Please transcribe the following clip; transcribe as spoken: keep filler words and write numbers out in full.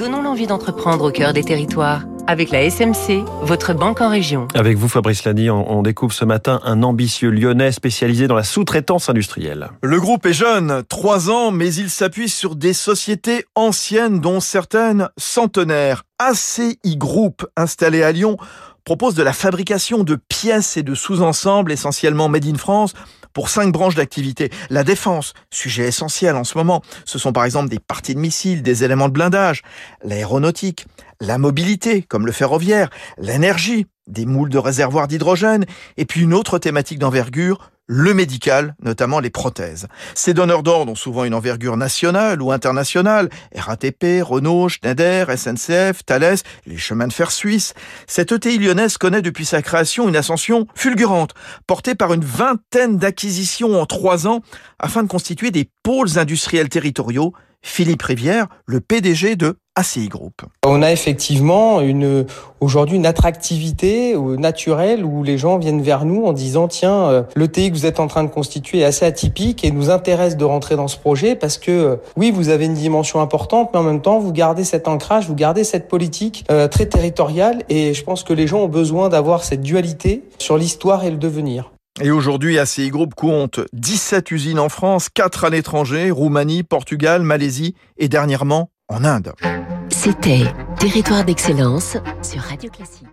donnons l'envie d'entreprendre au cœur des territoires. Avec la S M C, votre banque en région. Avec vous, Fabrice Lani, on découvre ce matin un ambitieux Lyonnais spécialisé dans la sous-traitance industrielle. Le groupe est jeune, trois ans, mais il s'appuie sur des sociétés anciennes, dont certaines centenaires. A C I Group, installé à Lyon, propose de la fabrication de pièces et de sous-ensembles essentiellement made in France pour cinq branches d'activité. La défense, sujet essentiel en ce moment. Ce sont par exemple des parties de missiles, des éléments de blindage, l'aéronautique, la mobilité, comme le ferroviaire, l'énergie, des moules de réservoirs d'hydrogène, et puis une autre thématique d'envergure, le médical, notamment les prothèses. Ces donneurs d'ordre ont souvent une envergure nationale ou internationale, R A T P, Renault, Schneider, S N C F, Thales, les chemins de fer suisses. Cette E T I lyonnaise connaît depuis sa création une ascension fulgurante, portée par une vingtaine d'acquisitions en trois ans, afin de constituer des pôles industriels territoriaux. Philippe Rivière, le P D G de A C I Group. On a effectivement une, aujourd'hui une attractivité naturelle où les gens viennent vers nous en disant tiens, euh, l'E T I que vous êtes en train de constituer est assez atypique et nous intéresse de rentrer dans ce projet parce que euh, oui, vous avez une dimension importante, mais en même temps, vous gardez cet ancrage, vous gardez cette politique euh, très territoriale et je pense que les gens ont besoin d'avoir cette dualité sur l'histoire et le devenir. Et aujourd'hui, A C I Group compte dix-sept usines en France, quatre à l'étranger, Roumanie, Portugal, Malaisie et dernièrement en Inde. C'était Territoire d'excellence sur Radio Classique.